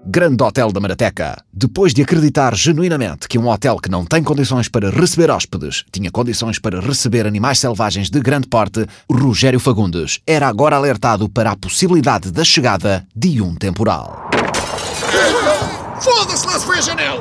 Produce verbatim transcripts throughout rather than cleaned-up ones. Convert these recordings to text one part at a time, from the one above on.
Grande Hotel da Marateca. Depois de acreditar genuinamente que um hotel que não tem condições para receber hóspedes tinha condições para receber animais selvagens de grande porte, Rogério Fagundes era agora alertado para a possibilidade da chegada de um temporal. Foda-se, lá se foi a janela!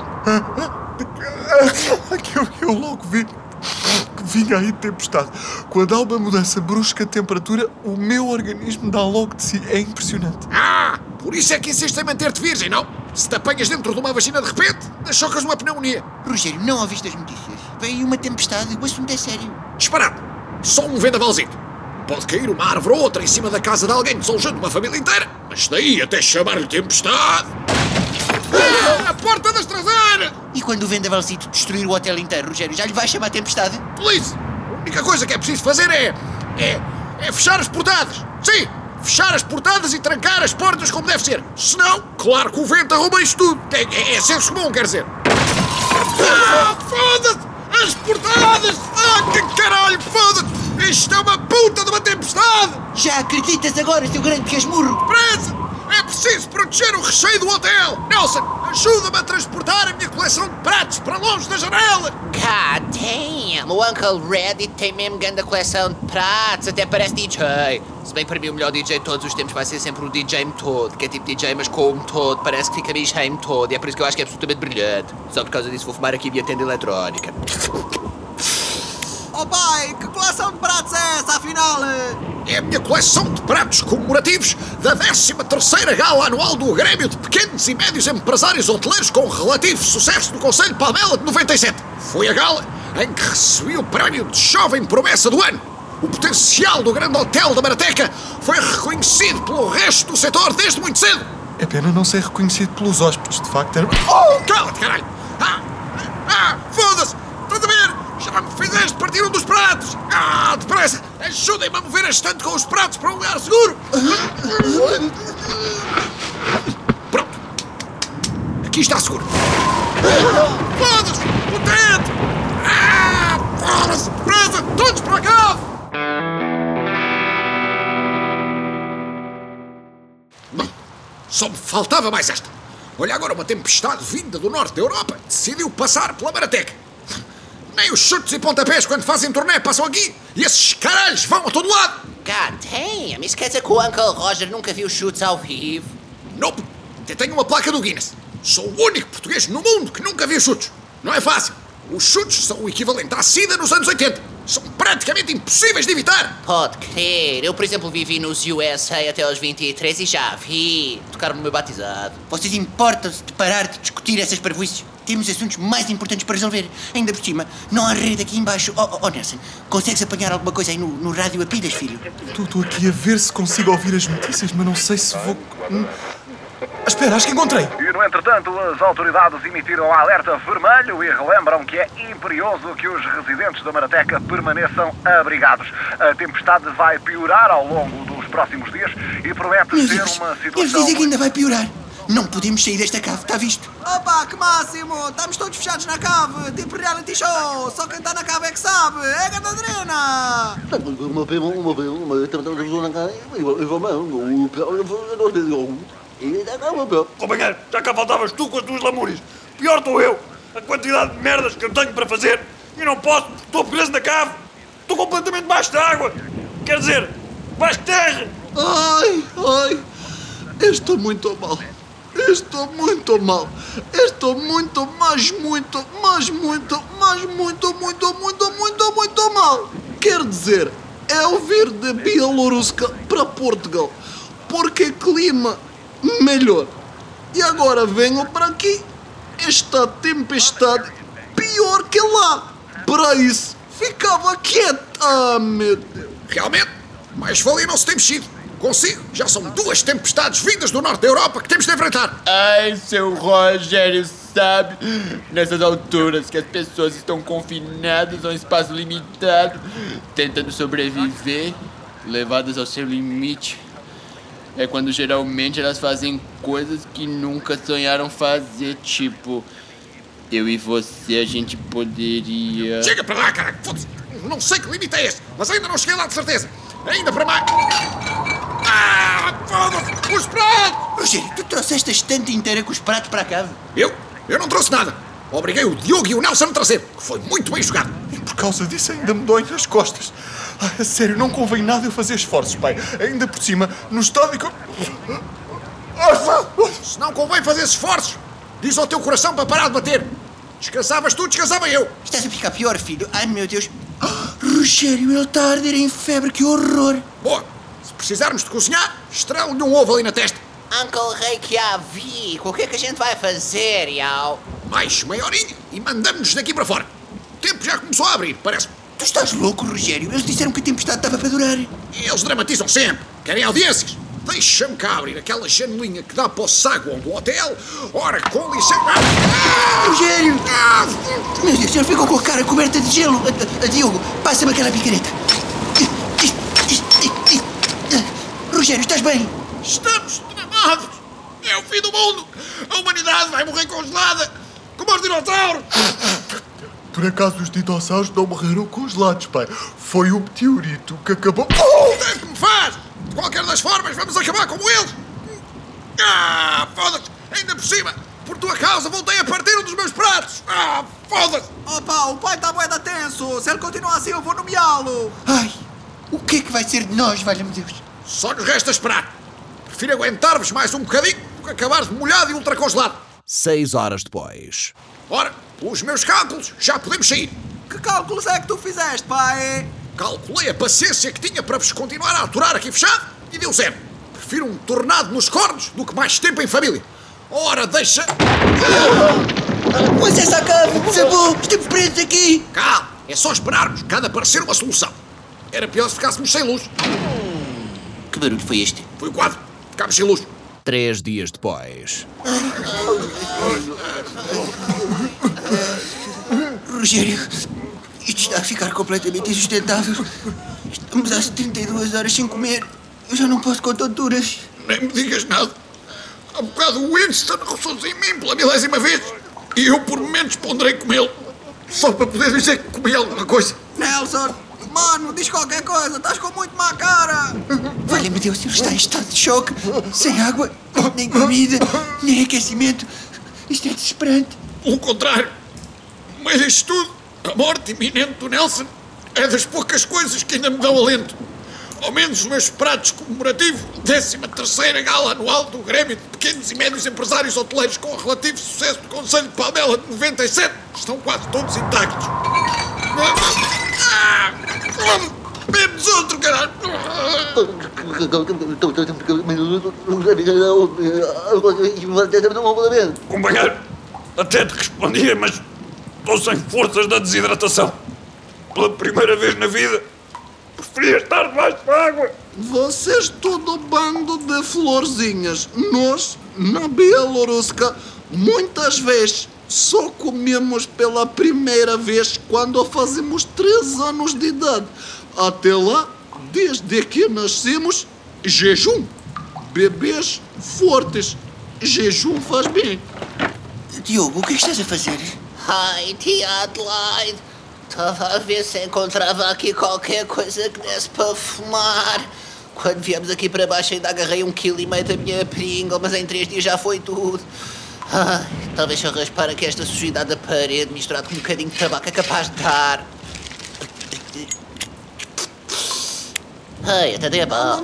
Eu, eu logo vi que vinha aí tempestade. Quando há uma mudança brusca de temperatura, o meu organismo dá logo de si. É impressionante. Ah, por isso é que insistem em manter-te virgem, não? Se te apanhas dentro de uma vagina de repente, chocas uma pneumonia. Rogério, não ouviste as notícias? Vem aí uma tempestade e o assunto é sério. Disparado. Só um vendavalzito. Pode cair uma árvore ou outra em cima da casa de alguém, desalojando uma família inteira. Mas daí até chamar-lhe tempestade... Ah, a porta das traseiras! E quando o vendavalzito destruir o hotel inteiro, Rogério, já lhe vai chamar tempestade? Polícia! A única coisa que é preciso fazer é... É... É fechar as portadas. Sim! Fechar as portadas e trancar as portas como deve ser. Senão, claro que o vento arruma isto tudo. É, é, é senso comum, quer dizer. Ah, foda-se! As portadas! Ah, que caralho, foda-se! Isto é uma puta de uma tempestade! Já acreditas agora, seu grande casmurro? Presa! É preciso proteger o recheio do hotel! Nelson, ajuda-me a transportar a minha coleção de pratos para longe da janela! God damn! O Uncle Reddit tem mesmo grande coleção de pratos, até parece D J. Se bem para mim o melhor D J de todos os tempos vai ser sempre o D J Metode, que é tipo D J mas com o Metode, parece que fica meio cheio Metode, e é por isso que eu acho que é absolutamente brilhante. Só por causa disso vou fumar aqui a minha tenda eletrónica. Oh pai, que coleção de pratos é essa, afinal? É a minha coleção de pratos comemorativos da décima terceira Gala Anual do Grêmio de Pequenos e Médios Empresários Hoteleiros com relativo sucesso do Conselho Palmela de noventa e sete. Foi a gala em que recebi o prémio de Jovem Promessa do Ano. O potencial do Grande Hotel da Marateca foi reconhecido pelo resto do setor desde muito cedo. É pena não ser reconhecido pelos hóspedes, de facto. Era... Oh, cala-te, caralho! Ah, ah, foda-se! Estás a ver? Já me fizeste partir um dos pratos! Ah, depressa! Ajudem-me a mover a estante com os pratos para um lugar seguro! Pronto. Aqui está seguro. Foda-se! O teto! Ah, foda-se! Presa! Todos para cá! Bom, só me faltava mais esta. Olha agora, uma tempestade vinda do norte da Europa decidiu passar pela Marateca. Nem os chutes e pontapés quando fazem turnê passam aqui e esses caralhos vão a todo lado. God damn! Isso quer dizer que o Uncle Roger nunca viu chutes ao vivo? Nope. Até tenho uma placa do Guinness. Sou o único português no mundo que nunca viu chutes. Não é fácil. Os chutes são o equivalente à SIDA nos anos oitenta. São praticamente impossíveis de evitar. Pode crer. Eu, por exemplo, vivi nos U S A até aos vinte e três e já vi. Tocaram no meu batizado. Vocês importam-se de parar de discutir essas parvoíces? Temos assuntos mais importantes para resolver. Ainda por cima, não há rede aqui embaixo. Oh, oh, oh Nelson, consegues apanhar alguma coisa aí no, no rádio a pilhas, filho? Estou aqui a ver se consigo ouvir as notícias, mas não sei se vou... Espera, acho que encontrei. E, no entretanto, as autoridades emitiram alerta vermelho e relembram que é imperioso que os residentes da Marateca permaneçam abrigados. A tempestade vai piorar ao longo dos próximos dias e promete Meu ser Deus, uma eles situação... dizem que ainda vai piorar. Não podemos sair desta cave, está visto? Opa, que máximo! Estamos todos fechados na cave, tipo reality show! Só quem está na cave é que sabe! É Catarina! Companheiro, já cá faltavas tu com as tuas lamúrias. Pior estou eu. A quantidade de merdas que eu tenho para fazer. E não posso, estou preso na cave. Estou completamente baixo de água. Quer dizer, baixo de terra. Ai, ai! Estou muito mal! Estou muito mal! Estou muito, mas muito, mas muito, mas muito, muito, muito, muito, muito mal! Quer dizer, eu vir de Bielorrússia para Portugal porque é clima melhor. E agora venho para aqui, esta tempestade pior que lá. Para isso, ficava quieto. Ah, meu Deus! Realmente, mais valia não se ter mexido. Consigo, já são duas tempestades vindas do norte da Europa que temos de enfrentar. Ai, seu Rogério, sabe? Nessas alturas que as pessoas estão confinadas a um espaço limitado, tentando sobreviver, levadas ao seu limite, é quando geralmente elas fazem coisas que nunca sonharam fazer, tipo... Eu e você, a gente poderia... Chega para lá, caralho, foda-se. Não sei que limite é esse, mas ainda não cheguei lá de certeza. Ainda para mais... Ah, foda-se, os pratos! Rogério, tu trouxeste a estante inteira com os pratos para a cave? Eu? Eu não trouxe nada. Obriguei o Diogo e o Nelson a trazer, que foi muito bem jogado. E por causa disso ainda me doem as costas. Ai, a sério, não convém nada eu fazer esforços, pai. Ainda por cima, no estádio... Se não convém fazer esforços, diz ao teu coração para parar de bater. Descansavas tu, descansava eu. Estás a ficar pior, filho. Ai, meu Deus. Oh, Rogério, ele está a arder em febre, que horror. Boa, se precisarmos de cozinhar, estrela-lhe um ovo ali na testa. Uncle Reykjavik, o que é que a gente vai fazer, Yao? Mais meia horinha e mandamos-nos daqui para fora. O tempo já começou a abrir, parece. Tu estás louco, Rogério? Eles disseram que a tempestade estava para durar. E eles dramatizam sempre. Querem audiências. Deixa-me cá abrir aquela janelinha que dá para o saguão do hotel. Ora, com licença... Ah! Rogério! Ah! Meu Deus, ele ficou com a cara coberta de gelo. A, a, a Diogo, passa-me aquela picareta. Rogério, estás bem? Estamos tramados. É o fim do mundo. A humanidade vai morrer congelada. Como os dinossauros. Por acaso os dinossauros não morreram congelados, pai. Foi o meteorito que acabou... O que é que me faz? De qualquer das formas, vamos acabar como eles. Ah, foda-se. Ainda por cima, por tua causa, voltei a partir um dos meus pratos. Ah, foda-se. Opa, o pai está bué da tenso. Se ele continuar assim, eu vou nomeá-lo. Ai, o que é que vai ser de nós, valha-me Deus? Só nos resta esperar. Prefiro aguentar-vos mais um bocadinho do que acabar-vos molhado e ultracongelado. Seis horas depois. Ora, pelos meus cálculos, já podemos sair. Que cálculos é que tu fizeste, pai? Calculei a paciência que tinha para vos continuar a aturar aqui fechado e deu zero. Prefiro um tornado nos cornos do que mais tempo em família. Ora, deixa... O acesso à cave! Sabou! Estamos presos aqui! Calma, é só esperarmos cada aparecer uma solução. Era pior se ficássemos sem luz. Que barulho foi este? Foi o quadro. Ficámos sem luz. Três dias depois. Rogério, isto está a ficar completamente insustentável. Estamos às trinta e duas horas sem comer. Eu já não posso com tonturas. Nem me digas nada. Há bocado o Winston roçou-se em mim pela milésima vez. E eu por momentos ponderei comê-lo. Só para poder dizer que comi alguma coisa. Nelson, mano, diz qualquer coisa. Estás com muito má cara. Valha-me Deus, ele está em estado de choque. Sem água, nem comida, nem aquecimento. Isto é desesperante. Pelo contrário. Mas isto tudo, a morte iminente do Nelson, é das poucas coisas que ainda me dão alento. Ao menos os meus pratos comemorativos, décima terceira gala anual do Grêmio de Pequenos e Médios Empresários Hoteleiros com relativo sucesso do Conselho de Palmela de noventa e sete, estão quase todos intactos. Ah, bebe-nos outro, caralho! Companheiro, até te respondia, mas estou sem forças da desidratação. Pela primeira vez na vida, preferia estar debaixo da água. Vocês todo bando de florzinhas. Nós, na Bielorrússia, muitas vezes só comemos pela primeira vez quando fazemos três anos de idade. Até lá, desde que nascemos, jejum. Bebês fortes. Jejum faz bem. Diogo, o que é que estás a fazer? Ai, tia Adelaide, estava a ver se encontrava aqui qualquer coisa que desse para fumar. Quando viemos aqui para baixo ainda agarrei um quilo e meio da minha Pringle, mas em três dias já foi tudo. Ai, talvez se eu raspar aqui esta sujidade da parede misturado com um bocadinho de tabaco é capaz de dar. Ai, até dei a bala.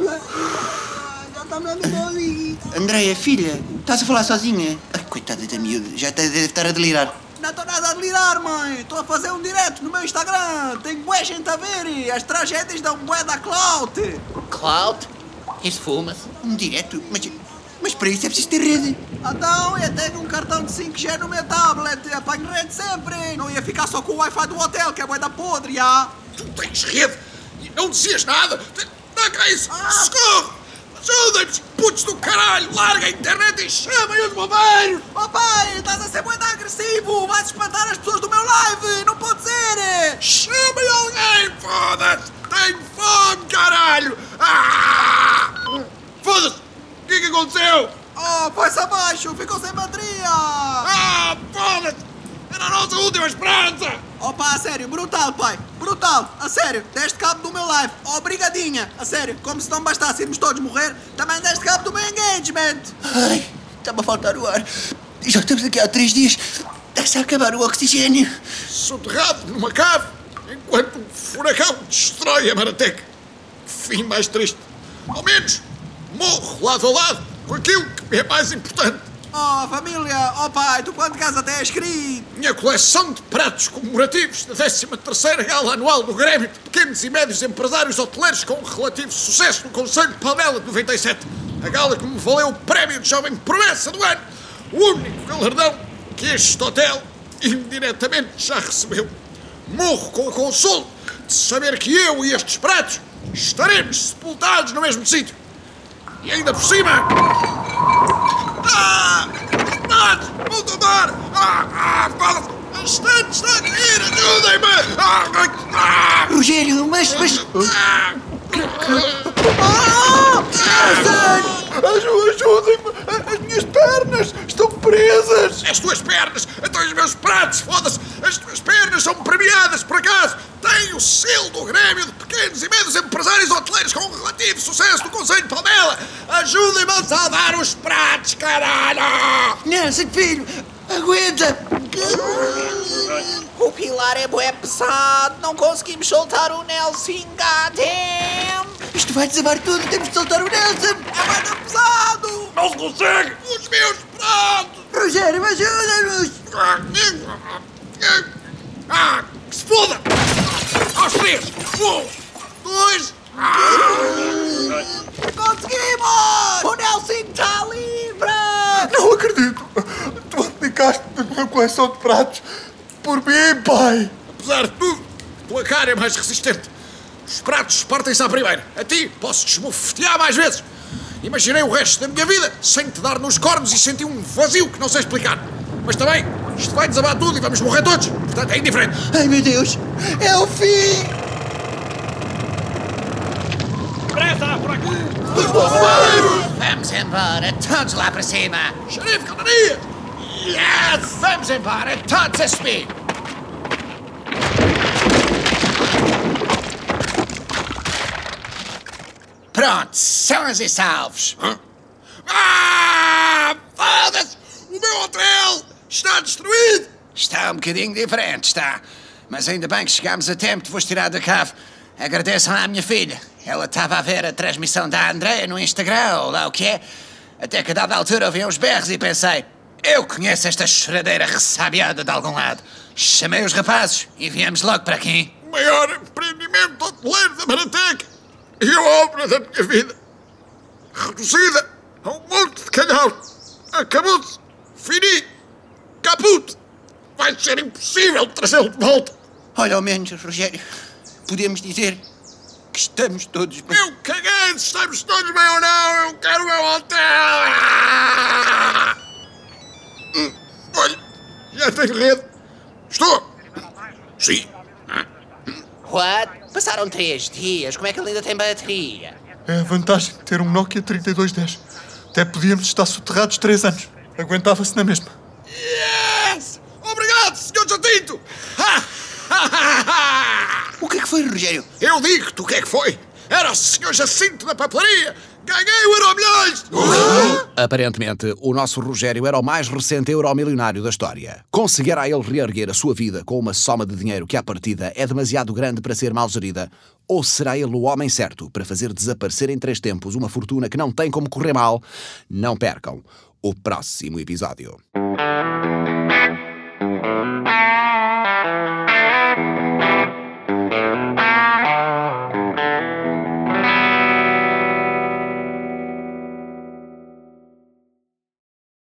Andréia, filha, estás a falar sozinha? Ai, coitada da miúda, já deve estar a delirar. Não estou nada a delirar, mãe. Estou a fazer um direto no meu Instagram. Tenho bué gente a ver. As tragédias dão bué da clout. Clout? Isso fuma-se. Um direto? Mas, mas para isso é preciso ter rede. Então, eu tenho um cartão de cinco G no meu tablet. Apanho rede sempre. Não ia ficar só com o Wi-Fi do hotel, que é bué da podre, já. Tu tens rede e não dizias nada. Dá cá isso. Ah. Socorro. Ajudem-me, putos do caralho! Larga a internet e chamem os bombeiros! Oh pai, estás a ser muito agressivo! Vais espantar as pessoas do meu live! Não pode ser! Chamem alguém, foda-se! Tenho fome, caralho! Ah! Foda-se! O que é que aconteceu? Oh, foi-se abaixo! Ficou sem bateria! Ah, foda-se! Era a nossa última esperança! Opa, a sério, brutal, pai. Brutal, a sério. Deste cabo do meu live. Obrigadinha. A sério, como se não bastasse irmos todos morrer, também deste cabo do meu engagement. Ai, está-me a faltar o ar. Já estamos aqui há três dias. Está-se a acabar o oxigênio. Soterrado numa cave, enquanto um furacão destrói a Marateca. Fim mais triste. Ao menos, morro lado a lado com aquilo que me é mais importante. Oh, família, oh pai, tu quanto casa até és querido? Minha coleção de pratos comemorativos da décima terceira Gala Anual do Grêmio de Pequenos e Médios Empresários Hoteleiros com relativo sucesso no Conselho de Palmela de noventa e sete. A gala que me valeu o prémio de Jovem Promessa do Ano. O único galardão que este hotel indiretamente já recebeu. Morro com o consolo de saber que eu e estes pratos estaremos sepultados no mesmo sítio. E ainda por cima... Ah! Pratos! Vão tomar! Ah! Ah! Fala-se! A estante está a cair! Ajudem-me! Ah! Ah! Rogério, mas... mas... Ah! Ajudem-me! As minhas pernas estão presas! As tuas pernas! Então os meus pratos! Foda-se! As tuas pernas são premiadas, por acaso! Têm o selo do Grêmio de Pequenos e Médios Empresários Hoteleiros com relativo sucesso do Conselho de Palmela! Ajudem-me a salvar os pratos, caralho! Nelson, filho, aguenta! O pilar é bué pesado, não conseguimos soltar o Nelson, goddamn! Isto vai desabar tudo, temos de soltar o Nelson! É muito pesado! Não se consegue! Os meus pratos! Rogério, ajuda-nos! Ah, que se foda! Aos três! Um, dois... Conseguimos! O Nelson está livre! Não acredito! Tu aplicaste na minha coleção de pratos por mim, pai! Apesar de tudo, a tua cara é mais resistente. Os pratos partem-se à primeira. A ti posso desmofetear mais vezes. Imaginei o resto da minha vida sem te dar nos cornos e senti um vazio que não sei explicar. Mas também, isto vai desabar tudo e vamos morrer todos. Portanto, é indiferente. Ai, meu Deus! É o fim! Pressa, por aqui! Vamos embora, todos lá para cima! Xerife, calmaria! Yes! Vamos embora, todos a subir! Pronto, sãos e salvos! Hã? Ah! Foda-se! O meu hotel está destruído! Está um bocadinho diferente, está. Mas ainda bem que chegámos a tempo de vos tirar da cave. Agradeçam à minha filha. Ela estava a ver a transmissão da Andréia no Instagram, ou lá o que é. Até que a dada altura ouvi uns berros e pensei... Eu conheço esta choradeira ressabiada de algum lado. Chamei os rapazes e viemos logo para aqui. O maior empreendimento hoteleiro da Marateca e a obra da minha vida. Reduzida a um monte de calhau. Acabou-se. Fini. Caput. Vai ser impossível trazê-lo de volta. Olha, ao menos, Rogério, podemos dizer que estamos todos bem. Eu caguei se estamos todos bem ou não. Eu quero o meu hotel. Ah! Hum, olha, já tenho rede. Estou. Sim. What? Passaram três dias. Como é que ele ainda tem bateria? É a vantagem de ter um Nokia trinta e dois dez. Até podíamos estar soterrados três anos. Aguentava-se na mesma. Yes! Obrigado, senhor Jacinto! O que é que foi, Rogério? Eu digo-te o que é que foi. Era o senhor Jacinto da papelaria. Ganhei o Euromilhões! Aparentemente, o nosso Rogério era o mais recente euromilionário da história. Conseguirá ele reerguer a sua vida com uma soma de dinheiro que, à partida, é demasiado grande para ser mal gerida? Ou será ele o homem certo para fazer desaparecer em três tempos uma fortuna que não tem como correr mal? Não percam o próximo episódio.